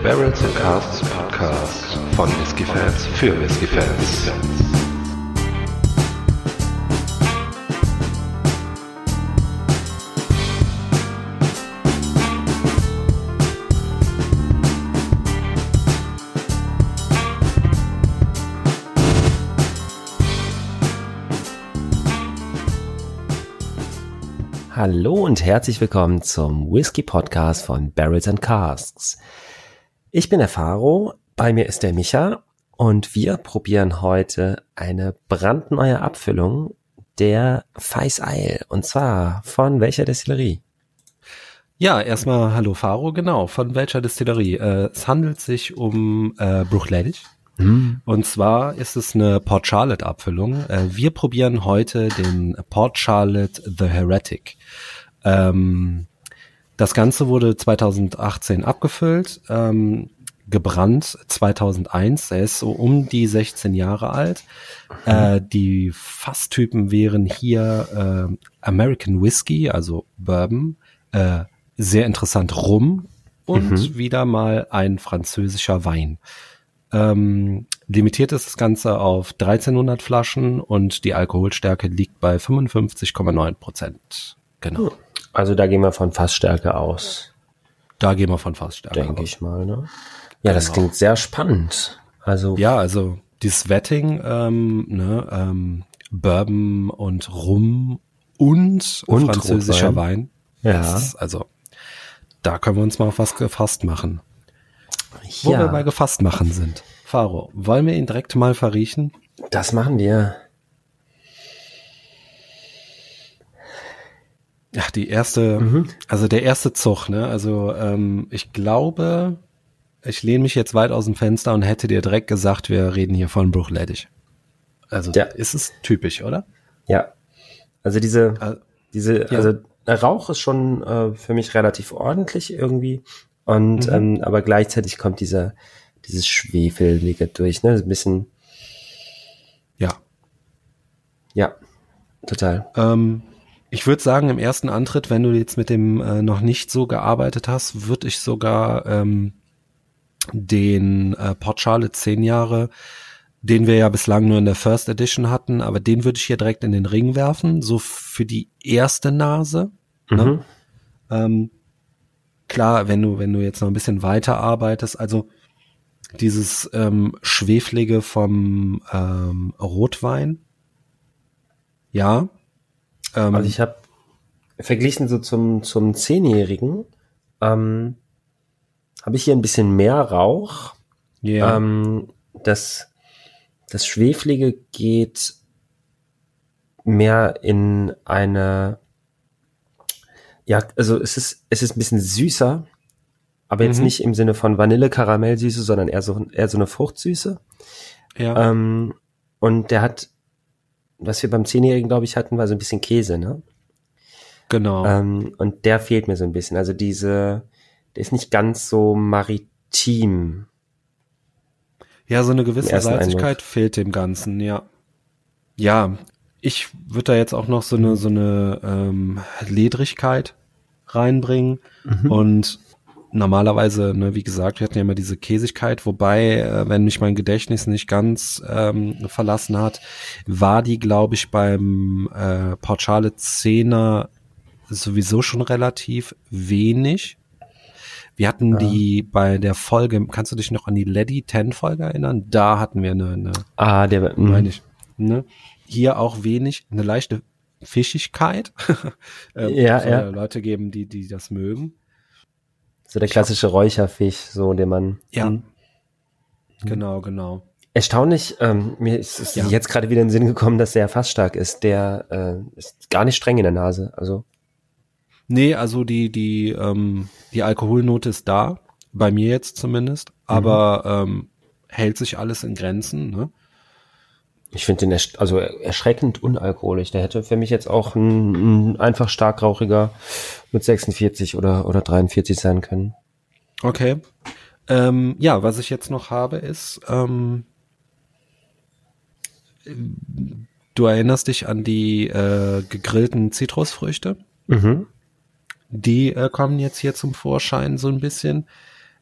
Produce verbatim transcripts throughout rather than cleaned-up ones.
Barrels and Casts Podcast von Whisky-Fans für Whisky-Fans. Hallo und herzlich willkommen zum Whisky-Podcast von Barrels and Casks. Ich bin der Faro, bei mir ist der Micha und wir probieren heute eine brandneue Abfüllung der Feis Isle, und zwar von welcher Destillerie? Ja, erstmal hallo Faro, genau, von welcher Destillerie? Äh, es handelt sich um äh, Bruichladdich. Hm. Und zwar ist es eine Port Charlotte Abfüllung. Äh, wir probieren heute den Port Charlotte The Heretic. Ähm, das Ganze wurde zweitausendachtzehn abgefüllt, ähm, gebrannt zweitausendeins. Er ist so um die sechzehn Jahre alt. Mhm. Äh, die Fasstypen wären hier äh, American Whiskey, also Bourbon, äh, sehr interessant Rum und mhm. wieder mal ein französischer Wein. Ähm, limitiert ist das Ganze auf dreizehnhundert Flaschen und die Alkoholstärke liegt bei fünfundfünfzig Komma neun Prozent. Genau. Also da gehen wir von Fassstärke aus. Da gehen wir von Fassstärke aus. Denke ich mal, ne? Ja, genau. Das klingt sehr spannend. Also ja, also dieses Wetting, ähm, ne, ähm, Bourbon und Rum und, und französischer Rotwein. Wein. Ja. Das ist, also da können wir uns mal auf was gefasst machen. Wo ja. wir bei gefasst machen sind. Faro, wollen wir ihn direkt mal verriechen? Das machen wir. Ach, die erste, mhm. also der erste Zug, ne? Also ähm, ich glaube, ich lehne mich jetzt weit aus dem Fenster und hätte dir direkt gesagt, wir reden hier von Bruichladdich. Also ja. Ist es typisch, oder? Ja. Also diese, also, diese, ja. also der Rauch ist schon äh, für mich relativ ordentlich irgendwie. Und mhm. ähm, aber gleichzeitig kommt dieser dieses Schwefelige durch, ne? Ein bisschen. Ja. Ja, total. Ähm, ich würde sagen, im ersten Antritt, wenn du jetzt mit dem äh, noch nicht so gearbeitet hast, würde ich sogar ähm, den äh, Port Charlotte zehn Jahre, den wir ja bislang nur in der First Edition hatten, aber den würde ich hier direkt in den Ring werfen, so für die erste Nase. Mhm. Ne? Ähm, Klar, wenn du, wenn du jetzt noch ein bisschen weiter arbeitest, also dieses ähm, Schweflige vom ähm, Rotwein, ja. Ähm, also ich habe verglichen so zum zum Zehnjährigen, ähm, habe ich hier ein bisschen mehr Rauch. Yeah. Ähm, das das Schweflige geht mehr in eine Ja, also es ist es ist ein bisschen süßer, aber jetzt mhm. nicht im Sinne von Vanille-Karamellsüße, sondern eher so eher so eine Fruchtsüße. Ja. Ähm, und der hat, was wir beim Zehnjährigen, glaube ich, hatten, war so ein bisschen Käse, ne? Genau. Ähm, und der fehlt mir so ein bisschen. Also diese, der ist nicht ganz so maritim. Ja, so eine gewisse Salzigkeit Eindruck. Fehlt dem Ganzen, ja. Ja. Ich würde da jetzt auch noch so eine so eine ähm, Ledrigkeit reinbringen mhm. und normalerweise, ne, wie gesagt, wir hatten ja immer diese Käsigkeit, wobei, äh, wenn mich mein Gedächtnis nicht ganz ähm, verlassen hat, war die, glaube ich, beim äh, Port Charlotte zehner sowieso schon relativ wenig. Wir hatten ja. die bei der Folge, kannst du dich noch an die Lady zehn Folge erinnern? Da hatten wir eine, eine ah, der meine ich, ne? Hier auch wenig, eine leichte Fischigkeit. ähm, ja, soll ja. Leute geben, die die das mögen. So der klassische Räucherfisch, so den man. Ja. Mhm. Genau, genau. Erstaunlich, ähm, mir ist es ja. jetzt gerade wieder in den Sinn gekommen, dass der fast stark ist. Der äh, ist gar nicht streng in der Nase. Also. Nee, also die die ähm, die Alkoholnote ist da, bei mir jetzt zumindest, aber mhm. ähm, hält sich alles in Grenzen, ne? Ich finde den ersch- also erschreckend unalkoholisch. Der hätte für mich jetzt auch ein, ein einfach starkrauchiger mit sechsundvierzig oder oder dreiundvierzig sein können. Okay. Ähm, ja, was ich jetzt noch habe ist, ähm, du erinnerst dich an die äh, gegrillten Zitrusfrüchte? Mhm. Die äh, kommen jetzt hier zum Vorschein so ein bisschen.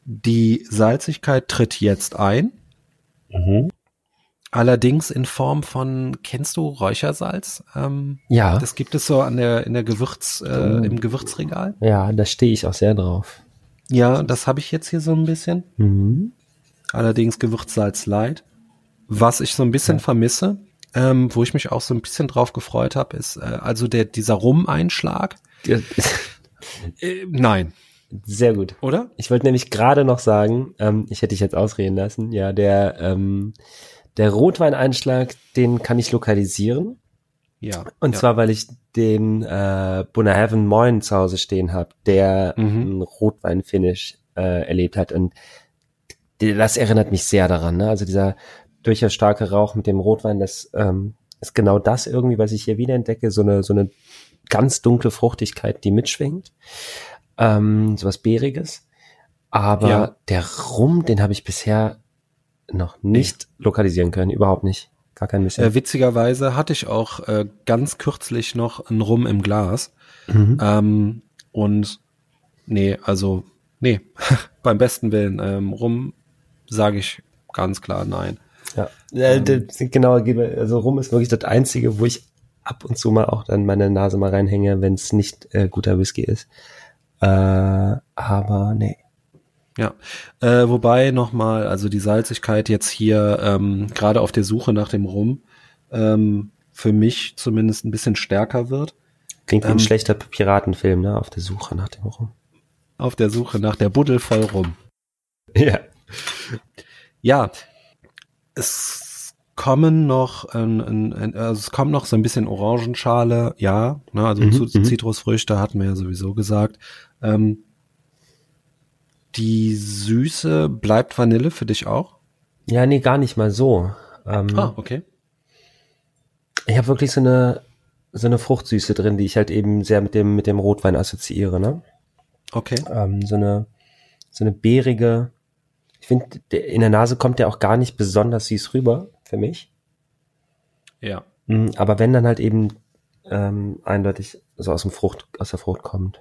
Die Salzigkeit tritt jetzt ein. Mhm. Allerdings in Form von, kennst du Räuchersalz? Ähm, Ja. Das gibt es so an der, in der Gewürz, äh, Oh. im Gewürzregal. Ja, da stehe ich auch sehr drauf. Ja, das habe ich jetzt hier so ein bisschen. Mhm. Allerdings Gewürzsalz light. Was ich so ein bisschen Ja. vermisse, ähm, wo ich mich auch so ein bisschen drauf gefreut habe, ist äh, also der dieser Rum-Einschlag. Ja. Äh, nein, Sehr gut. oder? Ich wollte nämlich gerade noch sagen, ähm, ich hätte dich jetzt ausreden lassen, ja, der, ähm, der Rotweineinschlag, den kann ich lokalisieren. Ja. Und ja. zwar, weil ich den äh, Bunnahabhain Moin zu Hause stehen habe, der Mhm. einen Rotwein-Finish äh, erlebt hat. Und die- das erinnert mich sehr daran. Ne? Also dieser durchaus starke Rauch mit dem Rotwein, das ähm, ist genau das irgendwie, was ich hier wieder entdecke. So eine, so eine ganz dunkle Fruchtigkeit, die mitschwingt. Ähm, sowas Beeriges. Aber Ja. der Rum, den habe ich bisher noch nicht lokalisieren können. Überhaupt nicht. Gar kein bisschen. Äh, witzigerweise hatte ich auch äh, ganz kürzlich noch einen Rum im Glas. Mhm. Ähm, und nee, also nee, beim besten Willen. Ähm, Rum sage ich ganz klar nein. Ja, äh, das- genau, also Rum ist wirklich das Einzige, wo ich ab und zu mal auch dann meine Nase mal reinhänge, wenn es nicht äh, guter Whisky ist. Äh, aber nee. Ja, äh, wobei nochmal, also die Salzigkeit jetzt hier ähm, gerade auf der Suche nach dem Rum ähm, für mich zumindest ein bisschen stärker wird. Klingt wie ein Ähm, schlechter Piratenfilm, ne? Auf der Suche nach dem Rum. Auf der Suche nach der Buddel voll Rum. Ja. Ja, es kommen noch, ein, ein, ein, also es kommt noch so ein bisschen Orangenschale, ja, ne, also Mhm, zu mhm. Zitrusfrüchte hatten wir ja sowieso gesagt. Ähm, die Süße bleibt Vanille für dich auch? Ja, nee, gar nicht mal so. Ähm, Ah, okay. Ich habe wirklich so eine so eine Fruchtsüße drin, die ich halt eben sehr mit dem mit dem Rotwein assoziiere, ne? Okay. Ähm, so eine so eine beerige. Ich finde, in der Nase kommt der auch gar nicht besonders süß rüber für mich. Ja. Mm, Aber wenn dann halt eben ähm, eindeutig so aus dem Frucht aus der Frucht kommt.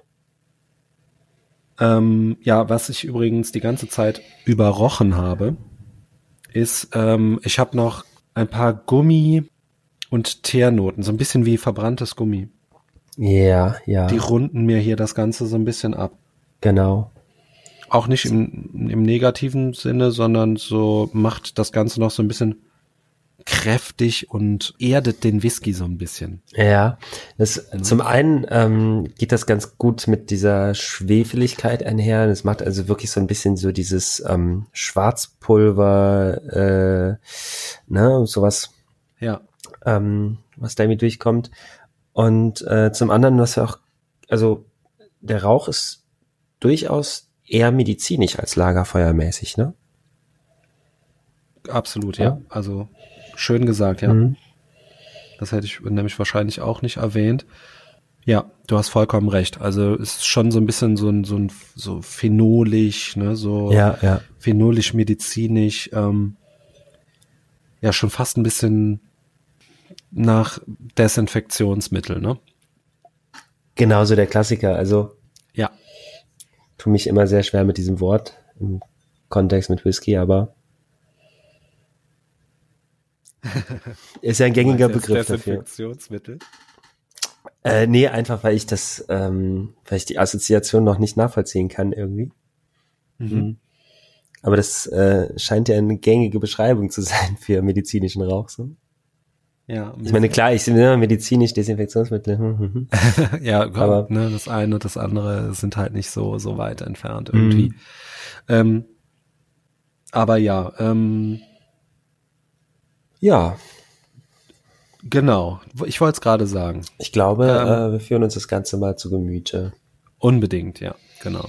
Ähm, ja, was ich übrigens die ganze Zeit überrochen habe, ist, ähm, ich habe noch ein paar Gummi- und Teernoten, so ein bisschen wie verbranntes Gummi. Ja, ja, Die runden mir hier das Ganze so ein bisschen ab. genau. Auch nicht im, im negativen Sinne, sondern so macht das Ganze noch so ein bisschen kräftig und erdet den Whisky so ein bisschen. Ja, das zum einen ähm, geht das ganz gut mit dieser Schwefeligkeit einher. Das macht also wirklich so ein bisschen so dieses ähm, Schwarzpulver, äh, ne, sowas, Ja. ähm, was da irgendwie durchkommt. Und äh, zum anderen, was ja auch, also der Rauch ist durchaus eher medizinisch als lagerfeuermäßig, ne? Absolut, ja. Ja. Also schön gesagt, ja. Mhm. Das hätte ich nämlich wahrscheinlich auch nicht erwähnt. Ja, du hast vollkommen recht. Also es ist schon so ein bisschen so ein so ein so phenolisch, ne, so Ja, ja. phenolisch medizinisch, ähm, ja schon fast ein bisschen nach Desinfektionsmittel, ne? Genauso der Klassiker. Also Ja, tu mich immer sehr schwer mit diesem Wort im Kontext mit Whisky, aber ist ja ein gängiger Begriff dafür. Desinfektionsmittel. Äh, nee, einfach weil ich das, ähm, weil ich die Assoziation noch nicht nachvollziehen kann irgendwie. Mhm. Aber das äh, scheint ja eine gängige Beschreibung zu sein für medizinischen Rauch. So. Ja, Ich meine, klar, ich sehe medizinisch Desinfektionsmittel. Hm, hm, hm. ja, Aber- ne, das eine und das andere sind halt nicht so so weit entfernt irgendwie. Mhm. Ähm, aber ja, ähm, Ja, genau. Ich wollte es gerade sagen. ich glaube, Ähm. äh, wir führen uns das Ganze mal zu Gemüte. Unbedingt, ja, genau.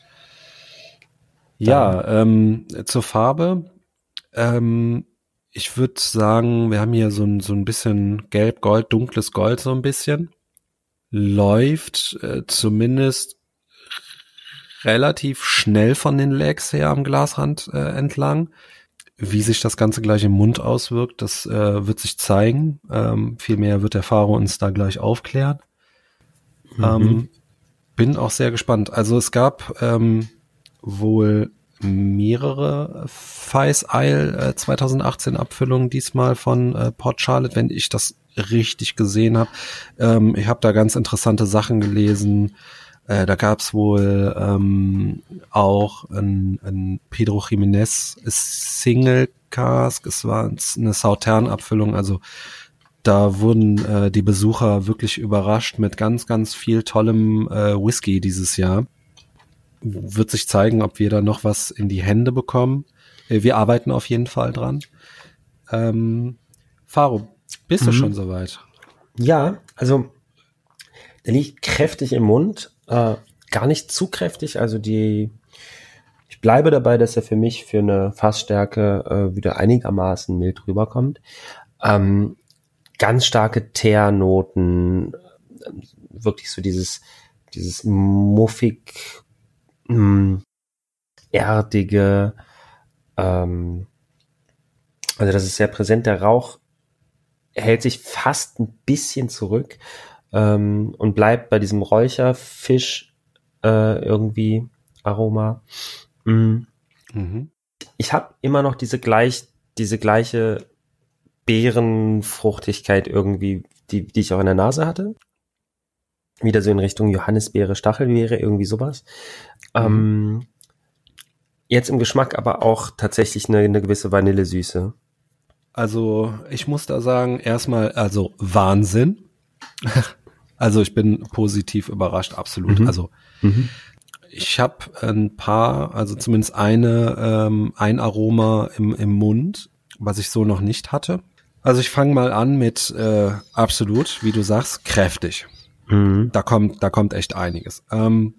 Ja, ähm, zur Farbe. Ähm, ich würde sagen, wir haben hier so ein so ein bisschen gelb-gold, dunkles Gold so ein bisschen. Läuft äh, zumindest relativ schnell von den Legs her am Glasrand äh, entlang. Wie sich das Ganze gleich im Mund auswirkt, das äh, wird sich zeigen. Ähm, viel mehr wird der Faro uns da gleich aufklären. Ähm, bin auch sehr gespannt. Also es gab ähm, wohl mehrere Feis Isle äh, zwanzig achtzehn Abfüllungen diesmal von äh, Port Charlotte, wenn ich das richtig gesehen habe. Ähm, ich habe da ganz interessante Sachen gelesen. Äh, da gab es wohl ähm, auch ein, ein Pedro Jiménez Single Cask. Es war eine Sautern-Abfüllung, also da wurden äh, die Besucher wirklich überrascht mit ganz, ganz viel tollem äh, Whisky dieses Jahr. Wird sich zeigen, ob wir da noch was in die Hände bekommen. Äh, wir arbeiten auf jeden Fall dran. Ähm, Faro, bist mhm. du schon soweit? Ja, also der liegt kräftig im Mund, äh, gar nicht zu kräftig. Also die, ich bleibe dabei, dass er für mich für eine Fassstärke äh, wieder einigermaßen mild rüberkommt. Ähm, ganz starke Teernoten, wirklich so dieses, dieses muffig, mh, erdige, ähm, also das ist sehr präsent. Der Rauch hält sich fast ein bisschen zurück ähm, und bleibt bei diesem Räucherfisch äh, irgendwie Aroma. Mhm. Mhm. Ich habe immer noch diese gleich, diese gleiche Beerenfruchtigkeit irgendwie, die, die ich auch in der Nase hatte. Wieder so in Richtung Johannisbeere, Stachelbeere, irgendwie sowas. Mhm. Ähm, jetzt im Geschmack aber auch tatsächlich eine, eine gewisse Vanillesüße. Also ich muss da sagen, erstmal, also Wahnsinn. Also ich bin positiv überrascht, absolut. Mhm. Also mhm. ich habe ein paar, also zumindest eine, ähm, ein Aroma im, im Mund, was ich so noch nicht hatte. Also ich fange mal an mit äh, absolut, wie du sagst, kräftig. Mhm. Da kommt, da kommt echt einiges. Ähm,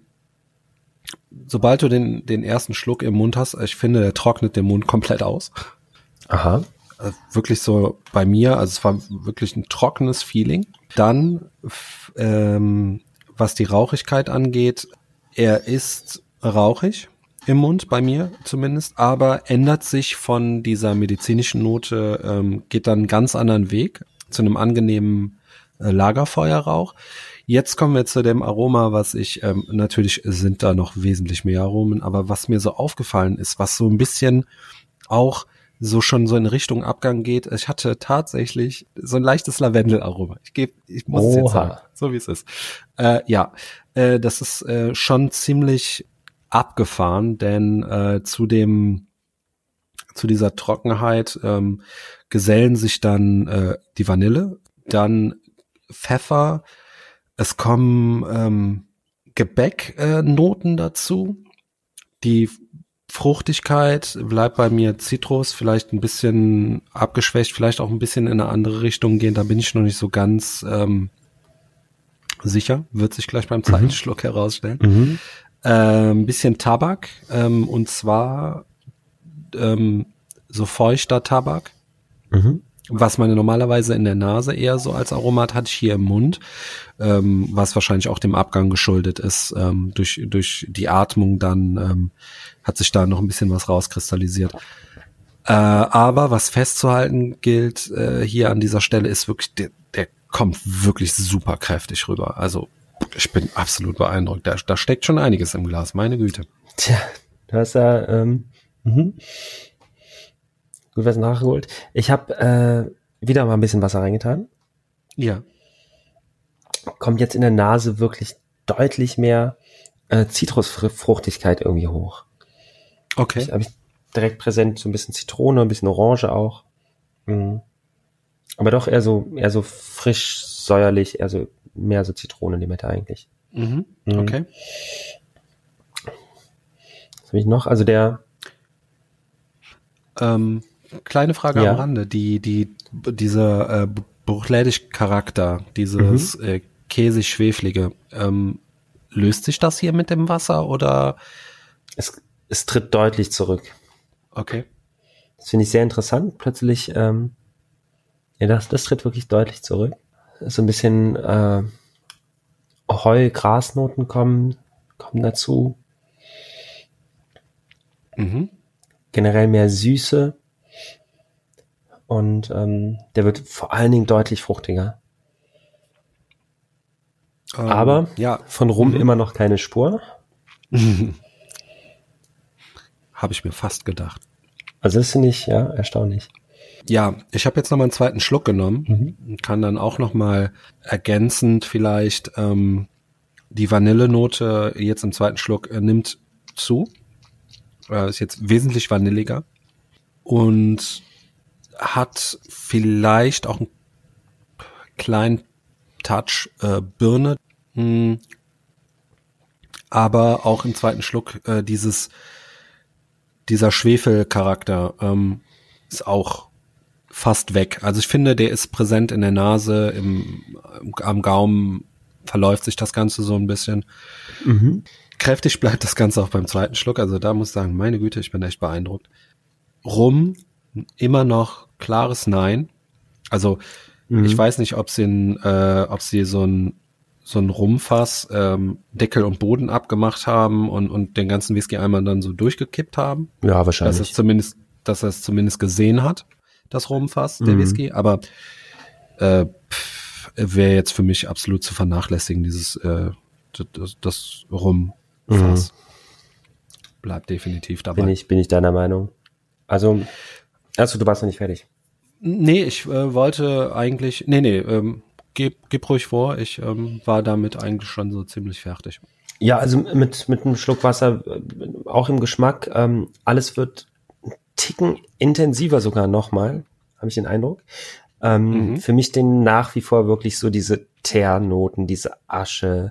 sobald du den, den ersten Schluck im Mund hast, ich finde, der trocknet den Mund komplett aus. Aha. Also wirklich so bei mir, also es war wirklich ein trockenes Feeling. Dann, f- ähm, was die Rauchigkeit angeht, er ist rauchig im Mund, bei mir zumindest, aber ändert sich von dieser medizinischen Note, ähm, geht dann einen ganz anderen Weg zu einem angenehmen äh, Lagerfeuerrauch. Jetzt kommen wir zu dem Aroma, was ich, ähm, natürlich sind da noch wesentlich mehr Aromen, aber was mir so aufgefallen ist, was so ein bisschen auch so schon so in Richtung Abgang geht. Ich hatte tatsächlich so ein leichtes Lavendelaroma. Ich gebe, ich muss Oha. es jetzt sagen, so wie es ist. Äh, ja, äh, das ist äh, schon ziemlich abgefahren, denn äh, zu dem zu dieser Trockenheit ähm, gesellen sich dann äh, die Vanille, dann Pfeffer, es kommen ähm, Gebäcknoten äh, dazu, die Fruchtigkeit bleibt bei mir Zitrus, vielleicht ein bisschen abgeschwächt, vielleicht auch ein bisschen in eine andere Richtung gehen, da bin ich noch nicht so ganz ähm, sicher, wird sich gleich beim zweiten mhm. Schluck herausstellen. Mhm. Äh, ein bisschen Tabak, ähm, und zwar ähm, so feuchter Tabak, mhm. was man normalerweise in der Nase eher so als Aromat hat, hier im Mund, ähm, was wahrscheinlich auch dem Abgang geschuldet ist, ähm, durch durch die Atmung dann ähm, hat sich da noch ein bisschen was rauskristallisiert. Äh, aber was festzuhalten gilt äh, hier an dieser Stelle ist wirklich, der, der kommt wirklich super kräftig rüber. Also ich bin absolut beeindruckt. Da, da steckt schon einiges im Glas, meine Güte. Tja, du hast ja ähm, mhm. gut was nachgeholt. Ich habe äh, wieder mal ein bisschen Wasser reingetan. Ja. Kommt jetzt in der Nase wirklich deutlich mehr äh, Zitrusfruchtigkeit irgendwie hoch. Okay. Ich, habe ich direkt präsent, so ein bisschen Zitrone, ein bisschen Orange auch. Mhm. Aber doch eher so eher so frisch, säuerlich, eher so mehr so Zitrone in die Mitte eigentlich. Mhm. Okay. Mhm. Was habe ich noch? Also der ähm, kleine Frage ja. am Rande, die die dieser äh, Bruchlädig-Charakter, dieses mhm. äh, käsig-schweflige, ähm, löst sich das hier mit dem Wasser oder? Es, es tritt deutlich zurück. Okay. Das finde ich sehr interessant. Plötzlich, ähm, ja, das, das tritt wirklich deutlich zurück. So ein bisschen äh, Heu-Grasnoten kommen, kommen dazu. Mhm. Generell mehr Süße. Und ähm, der wird vor allen Dingen deutlich fruchtiger. Um, Aber ja. von Rum mhm. immer noch keine Spur. habe ich mir fast gedacht. Also das finde ich, ja, erstaunlich. Ja, ich habe jetzt noch mal einen zweiten Schluck genommen mhm. und kann dann auch noch mal ergänzend vielleicht ähm, die Vanillenote jetzt im zweiten Schluck äh, nimmt zu. Äh, ist jetzt wesentlich vanilliger und hat vielleicht auch einen kleinen Touch äh, Birne, mh, aber auch im zweiten Schluck äh, dieses dieser Schwefelcharakter ähm, ist auch fast weg. Also ich finde, der ist präsent in der Nase, im, am Gaumen verläuft sich das Ganze so ein bisschen. Mhm. Kräftig bleibt das Ganze auch beim zweiten Schluck. Also da muss ich sagen, meine Güte, ich bin echt beeindruckt. Rum, immer noch klares Nein. Also mhm. ich weiß nicht, ob sie, ein, äh, ob sie so ein so ein Rumfass ähm, Deckel und Boden abgemacht haben und, und den ganzen Whisky einmal dann so durchgekippt haben. Ja, wahrscheinlich. Dass es zumindest, dass er es zumindest gesehen hat, das Rumfass, der mhm. Whisky. Aber äh, wäre jetzt für mich absolut zu vernachlässigen, dieses äh, das, das Rumfass. Mhm. Bleibt definitiv dabei. Bin ich, bin ich deiner Meinung. Also, also du warst noch nicht fertig. Nee, ich äh, wollte eigentlich, nee, nee, ähm, Gib, gib ruhig vor, ich ähm, war damit eigentlich schon so ziemlich fertig. Ja, also mit, mit einem Schluck Wasser, äh, auch im Geschmack, ähm, alles wird einen Ticken intensiver sogar nochmal, habe ich den Eindruck. Ähm, mhm. Für mich den nach wie vor wirklich so diese Teernoten, diese Asche,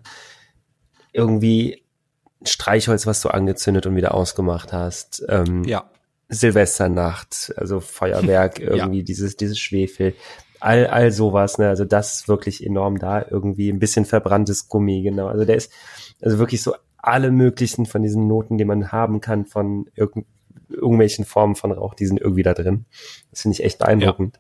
irgendwie Streichholz, was du angezündet und wieder ausgemacht hast. Ähm, ja. Silvesternacht, also Feuerwerk, irgendwie ja. dieses, dieses Schwefel. All, all sowas, ne, also das ist wirklich enorm da, irgendwie ein bisschen verbranntes Gummi, genau, also der ist, also wirklich so alle möglichen von diesen Noten, die man haben kann, von irg- irgendwelchen Formen von Rauch, die sind irgendwie da drin. Das finde ich echt beeindruckend.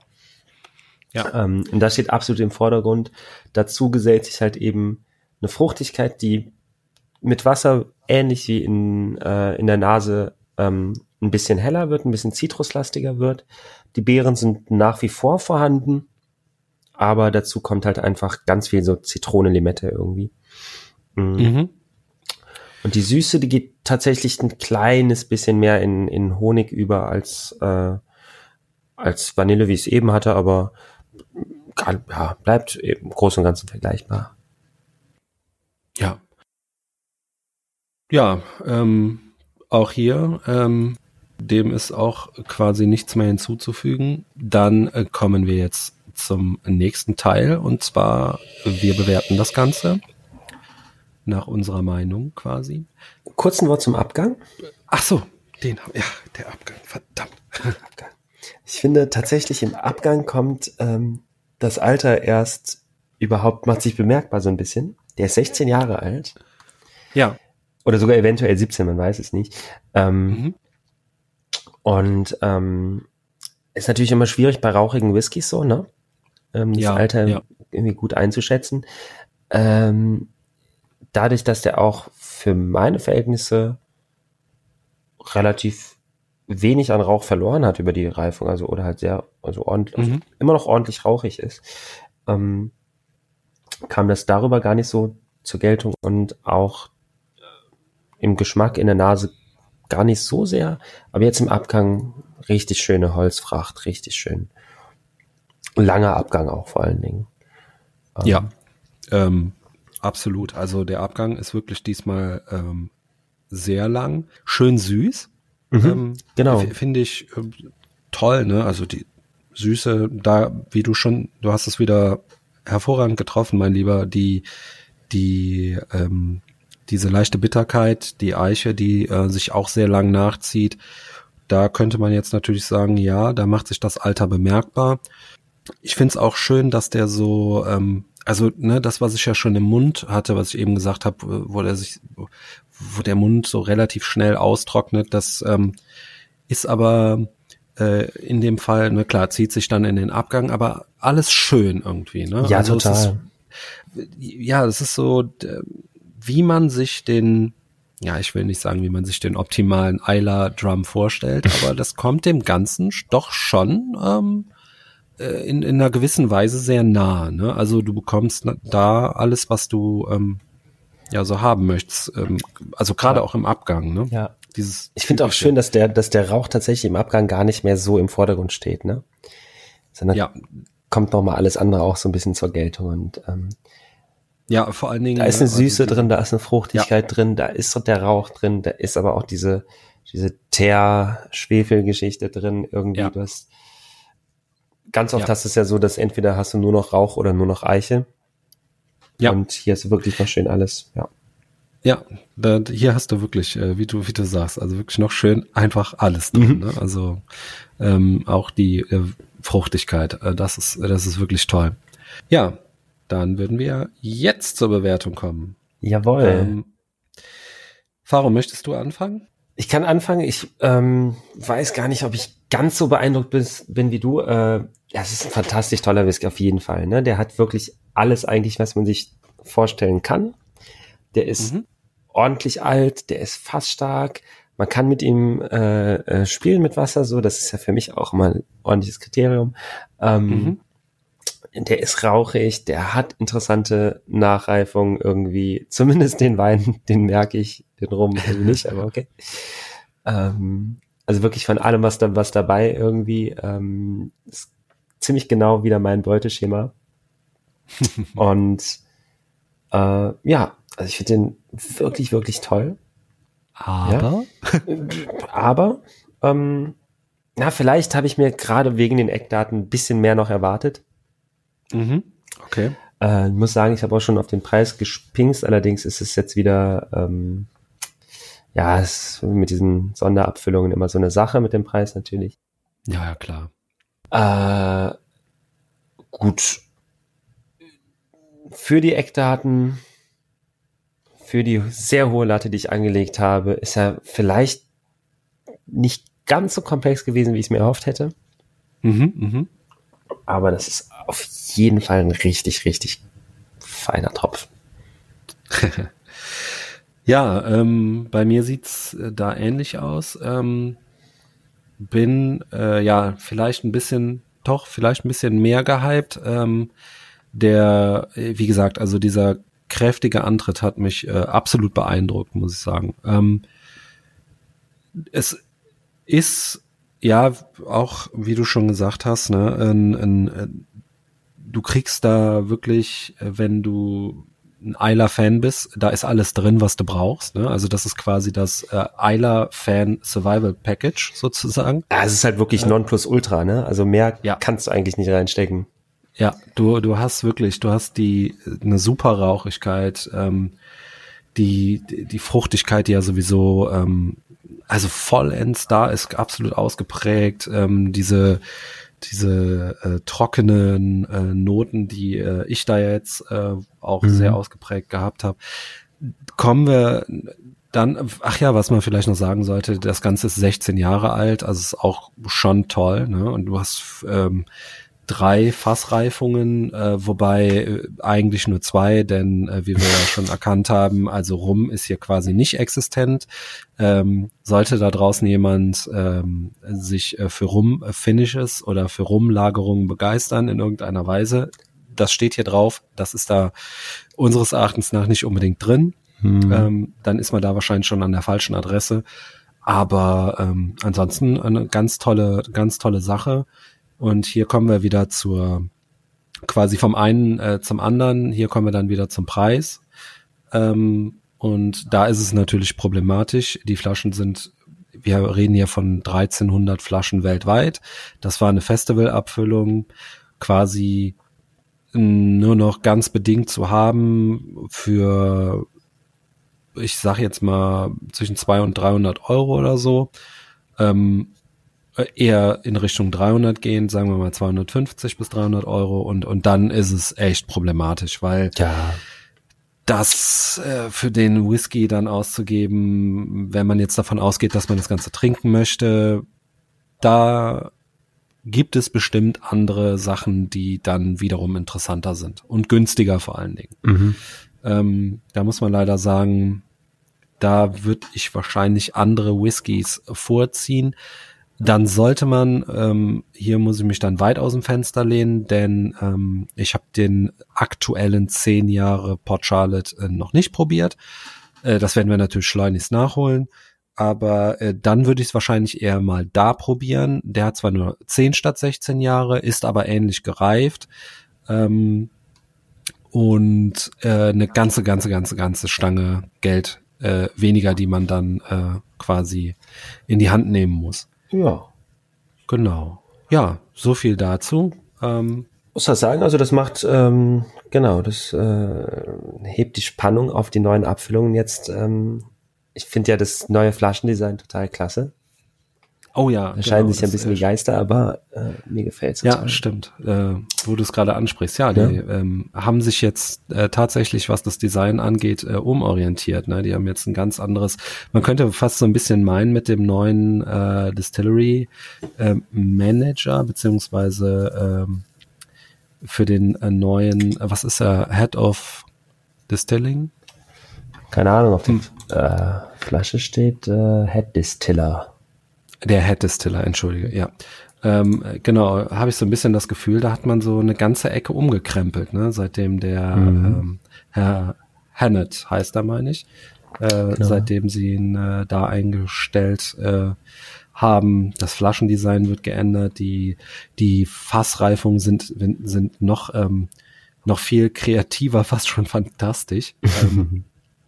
Ja. ja. Ähm, und das steht absolut im Vordergrund. Dazu gesellt sich halt eben eine Fruchtigkeit, die mit Wasser ähnlich wie in, äh, in der Nase ähm, ein bisschen heller wird, ein bisschen zitruslastiger wird. Die Beeren sind nach wie vor vorhanden, aber dazu kommt halt einfach ganz viel so Zitrone, Limette irgendwie. Mhm. Mhm. Und die Süße, die geht tatsächlich ein kleines bisschen mehr in, in Honig über als, äh, als Vanille, wie ich es eben hatte, aber ja, bleibt im Großen und Ganzen vergleichbar. Ja. Ja, ähm, auch hier, ähm, dem ist auch quasi nichts mehr hinzuzufügen. Dann äh, kommen wir jetzt zum nächsten Teil und zwar, wir bewerten das Ganze nach unserer Meinung quasi. Kurz ein Wort zum Abgang. Ach so, den, ja, der Abgang, verdammt. Ich finde tatsächlich im Abgang kommt ähm, das Alter erst überhaupt, macht sich bemerkbar so ein bisschen. Der ist sechzehn Jahre alt. Ja. Oder sogar eventuell siebzehn, man weiß es nicht. Ähm, mhm. Und ähm, ist natürlich immer schwierig bei rauchigen Whiskys so, ne? Ähm, das ja, Alter ja. irgendwie gut einzuschätzen. Ähm, dadurch, dass der auch für meine Verhältnisse relativ wenig an Rauch verloren hat über die Reifung, also oder halt sehr, also ordentlich, mhm. also immer noch ordentlich rauchig ist, ähm, kam das darüber gar nicht so zur Geltung und auch im Geschmack in der Nase gar nicht so sehr, aber jetzt im Abgang richtig schöne Holzfracht, richtig schön. Langer Abgang auch vor allen Dingen. Ähm, ja, ähm, absolut. Also der Abgang ist wirklich diesmal ähm, sehr lang, schön süß. Mhm, ähm, genau. F- finde ich äh, toll, ne? Also die Süße, da, wie du schon, du hast es wieder hervorragend getroffen, mein Lieber, die, die, ähm, diese leichte Bitterkeit, die Eiche, die äh, sich auch sehr lang nachzieht. Da könnte man jetzt natürlich sagen, ja, da macht sich das Alter bemerkbar. Ich finde es auch schön, dass der so, ähm, also ne, das, was ich ja schon im Mund hatte, was ich eben gesagt habe, wo der sich, wo der Mund so relativ schnell austrocknet, das ähm, ist aber äh, in dem Fall, ne, klar, zieht sich dann in den Abgang, aber alles schön irgendwie, ne? Ja, also total. Es ist, ja, es ist so, wie man sich den, ja, ich will nicht sagen, wie man sich den optimalen Islay Drum vorstellt, aber das kommt dem Ganzen doch schon ähm, in, in einer gewissen Weise sehr nah, ne? Also du bekommst da alles, was du ähm, ja so haben möchtest, ähm, also gerade auch im Abgang, ne? Ja, dieses. Ich finde auch schön, dass der, dass der Rauch tatsächlich im Abgang gar nicht mehr so im Vordergrund steht, ne? Sondern ja. kommt nochmal alles andere auch so ein bisschen zur Geltung und ähm, ja, vor allen Dingen. Da ist eine Süße also, drin, da ist eine Fruchtigkeit ja. drin, da ist so der Rauch drin, da ist aber auch diese, diese Teer-Schwefel-Geschichte drin irgendwie. Ja. Du hast, ganz oft ja. hast du es ja so, dass entweder hast du nur noch Rauch oder nur noch Eiche. Ja. Und hier ist wirklich noch schön alles, ja. Ja, da, hier hast du wirklich, äh, wie du wie du sagst, also wirklich noch schön einfach alles drin. Mhm. Ne? Also ähm, auch die äh, Fruchtigkeit, äh, das ist das ist wirklich toll. Ja, dann würden wir jetzt zur Bewertung kommen. Jawohl. Ähm, Faro, möchtest du anfangen? Ich kann anfangen. Ich ähm, weiß gar nicht, ob ich ganz so beeindruckt bin, bin wie du. Äh, ja, es ist ein fantastisch toller Whisky auf jeden Fall. Ne? Der hat wirklich alles eigentlich, was man sich vorstellen kann. Der ist mhm. ordentlich alt, der ist fassstark. Man kann mit ihm äh, äh, spielen mit Wasser, so. Das ist ja für mich auch immer ein ordentliches Kriterium. Ähm, mhm. Der ist rauchig, der hat interessante Nachreifung irgendwie. Zumindest den Wein, den merke ich, den Rum irgendwie nicht, aber okay. ähm, also wirklich von allem, was da was dabei irgendwie. Ähm, ist ziemlich genau wieder mein Beuteschema. Und äh, ja, also ich finde den wirklich, wirklich toll. Aber? Ja. Aber, ähm, na, vielleicht habe ich mir gerade wegen den Eckdaten ein bisschen mehr noch erwartet. Mhm. Okay. Äh, ich muss sagen, ich habe auch schon auf den Preis gespingst, allerdings ist es jetzt wieder, ähm, ja, es ist mit diesen Sonderabfüllungen immer so eine Sache mit dem Preis natürlich. Ja, ja, klar. Äh, gut. Für die Eckdaten, für die sehr hohe Latte, die ich angelegt habe, ist er vielleicht nicht ganz so komplex gewesen, wie ich es mir erhofft hätte. Mhm, mhm. Aber das ist auf jeden Fall ein richtig, richtig feiner Tropfen. Ja, ähm, bei mir sieht's äh, da ähnlich aus. Ähm, bin äh, ja vielleicht ein bisschen, doch vielleicht ein bisschen mehr gehypt. Ähm, der, wie gesagt, also dieser kräftige Antritt hat mich äh, absolut beeindruckt, muss ich sagen. Ähm, es ist ja auch, wie du schon gesagt hast, ne, ein, ein, ein, du kriegst da wirklich, wenn du ein Islay-Fan bist, da ist alles drin, was du brauchst. Ne? Also das ist quasi das äh, Islay-Fan Survival Package sozusagen. Ja, es ist halt wirklich äh, Nonplusultra, ne? Also mehr ja. kannst du eigentlich nicht reinstecken. Ja, du du hast wirklich, du hast die eine super Rauchigkeit, ähm, die die Fruchtigkeit, die ja sowieso ähm, also vollends da ist, absolut ausgeprägt. Ähm, diese diese äh, trockenen äh, Noten, die äh, ich da jetzt äh, auch mhm. sehr ausgeprägt gehabt habe. Kommen wir dann, ach ja, was man vielleicht noch sagen sollte, das Ganze ist sechzehn Jahre alt, also ist auch schon toll, ne? Und du hast ähm, drei Fassreifungen, äh, wobei äh, eigentlich nur zwei, denn äh, wie wir ja schon erkannt haben, also Rum ist hier quasi nicht existent. Ähm, sollte da draußen jemand ähm, sich äh, für Rum-Finishes oder für Rum-Lagerungen begeistern in irgendeiner Weise, das steht hier drauf, das ist da unseres Erachtens nach nicht unbedingt drin. Hm. Ähm, dann ist man da wahrscheinlich schon an der falschen Adresse. Aber ähm, ansonsten eine ganz tolle, ganz tolle Sache. Und hier kommen wir wieder zur, quasi vom einen äh, zum anderen, hier kommen wir dann wieder zum Preis. Ähm, und da ist es natürlich problematisch. Die Flaschen sind, wir reden hier von dreizehnhundert Flaschen weltweit. Das war eine Festivalabfüllung, quasi nur noch ganz bedingt zu haben für, ich sag jetzt mal, zwischen zweihundert und dreihundert Euro oder so. Ähm, eher in Richtung dreihundert gehen, sagen wir mal zweihundertfünfzig bis dreihundert Euro und und dann ist es echt problematisch, weil ja. das äh, für den Whisky dann auszugeben, wenn man jetzt davon ausgeht, dass man das Ganze trinken möchte, da gibt es bestimmt andere Sachen, die dann wiederum interessanter sind und günstiger vor allen Dingen. Mhm. Ähm, da muss man leider sagen, da würde ich wahrscheinlich andere Whiskys vorziehen. Dann sollte man, ähm, hier muss ich mich dann weit aus dem Fenster lehnen, denn ähm, ich habe den aktuellen zehn Jahre Port Charlotte äh, noch nicht probiert. Äh, das werden wir natürlich schleunigst nachholen. aber äh, dann würde ich es wahrscheinlich eher mal da probieren. Der hat zwar nur zehn statt sechzehn Jahre, ist aber ähnlich gereift ähm, und äh, eine ganze, ganze, ganze, ganze Stange Geld äh, weniger, die man dann äh, quasi in die Hand nehmen muss. Ja. Genau. Ja, so viel dazu. Ähm, Muss das sagen, also das macht, ähm, genau, das äh, hebt die Spannung auf die neuen Abfüllungen jetzt. Ähm, ich finde ja das neue Flaschendesign total klasse. oh ja. Da scheinen genau, sich ja ein das, bisschen äh, die Geister, aber äh, mir gefällt es. Ja, stimmt. Äh, wo du es gerade ansprichst. Ja, die Ja. ähm, haben sich jetzt äh, tatsächlich, was das Design angeht, äh, umorientiert. Ne? Die haben jetzt ein ganz anderes, man könnte fast so ein bisschen meinen mit dem neuen äh, Distillery äh, Manager, beziehungsweise ähm, für den äh, neuen, äh, was ist er, Head of Distilling? Keine Ahnung, auf der äh, Flasche steht äh, Head Distiller. Der Head Distiller, entschuldige, ja. Ähm, genau, habe ich so ein bisschen das Gefühl, da hat man so eine ganze Ecke umgekrempelt, ne? Seitdem der Mhm. ähm, Herr Hannett heißt er, meine ich, äh, Genau. seitdem sie ihn äh, da eingestellt äh, haben. Das Flaschendesign wird geändert, die die Fassreifungen sind sind noch ähm, noch viel kreativer, fast schon fantastisch. ähm,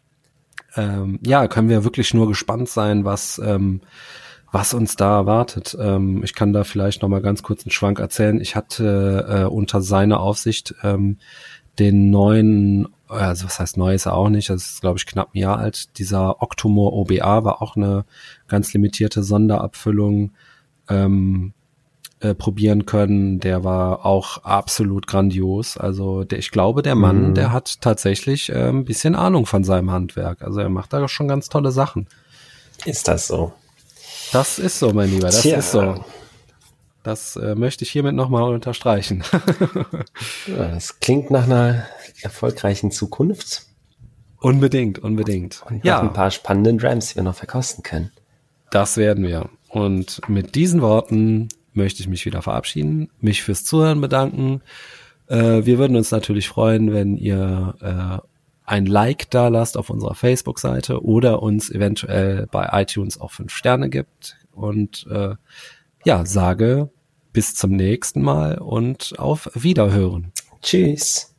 ähm, ja, können wir wirklich nur gespannt sein, was ähm, was uns da erwartet. Ähm, ich kann da vielleicht noch mal ganz kurz einen Schwank erzählen. Ich hatte äh, unter seiner Aufsicht ähm, den neuen, also was heißt neu ist er auch nicht, das ist glaube ich knapp ein Jahr alt, dieser Octomore O B A war auch eine ganz limitierte Sonderabfüllung ähm, äh, probieren können. Der war auch absolut grandios. Also der, ich glaube, der Mann, Mhm. der hat tatsächlich äh, ein bisschen Ahnung von seinem Handwerk. Also er macht da schon ganz tolle Sachen. Ist das so? Das ist so, mein Lieber, das Tja. ist so. Das äh, möchte ich hiermit nochmal unterstreichen. Ja, das klingt nach einer erfolgreichen Zukunft Unbedingt, unbedingt. und nach Ja, ein paar spannenden Drams, die wir noch verkosten können. das werden wir. Und mit diesen Worten möchte ich mich wieder verabschieden, mich fürs Zuhören bedanken. Äh, wir würden uns natürlich freuen, wenn ihr äh, ein Like da lasst auf unserer Facebook-Seite oder uns eventuell bei iTunes auch fünf Sterne gibt. Und äh, ja, sage bis zum nächsten Mal und auf Wiederhören. Tschüss.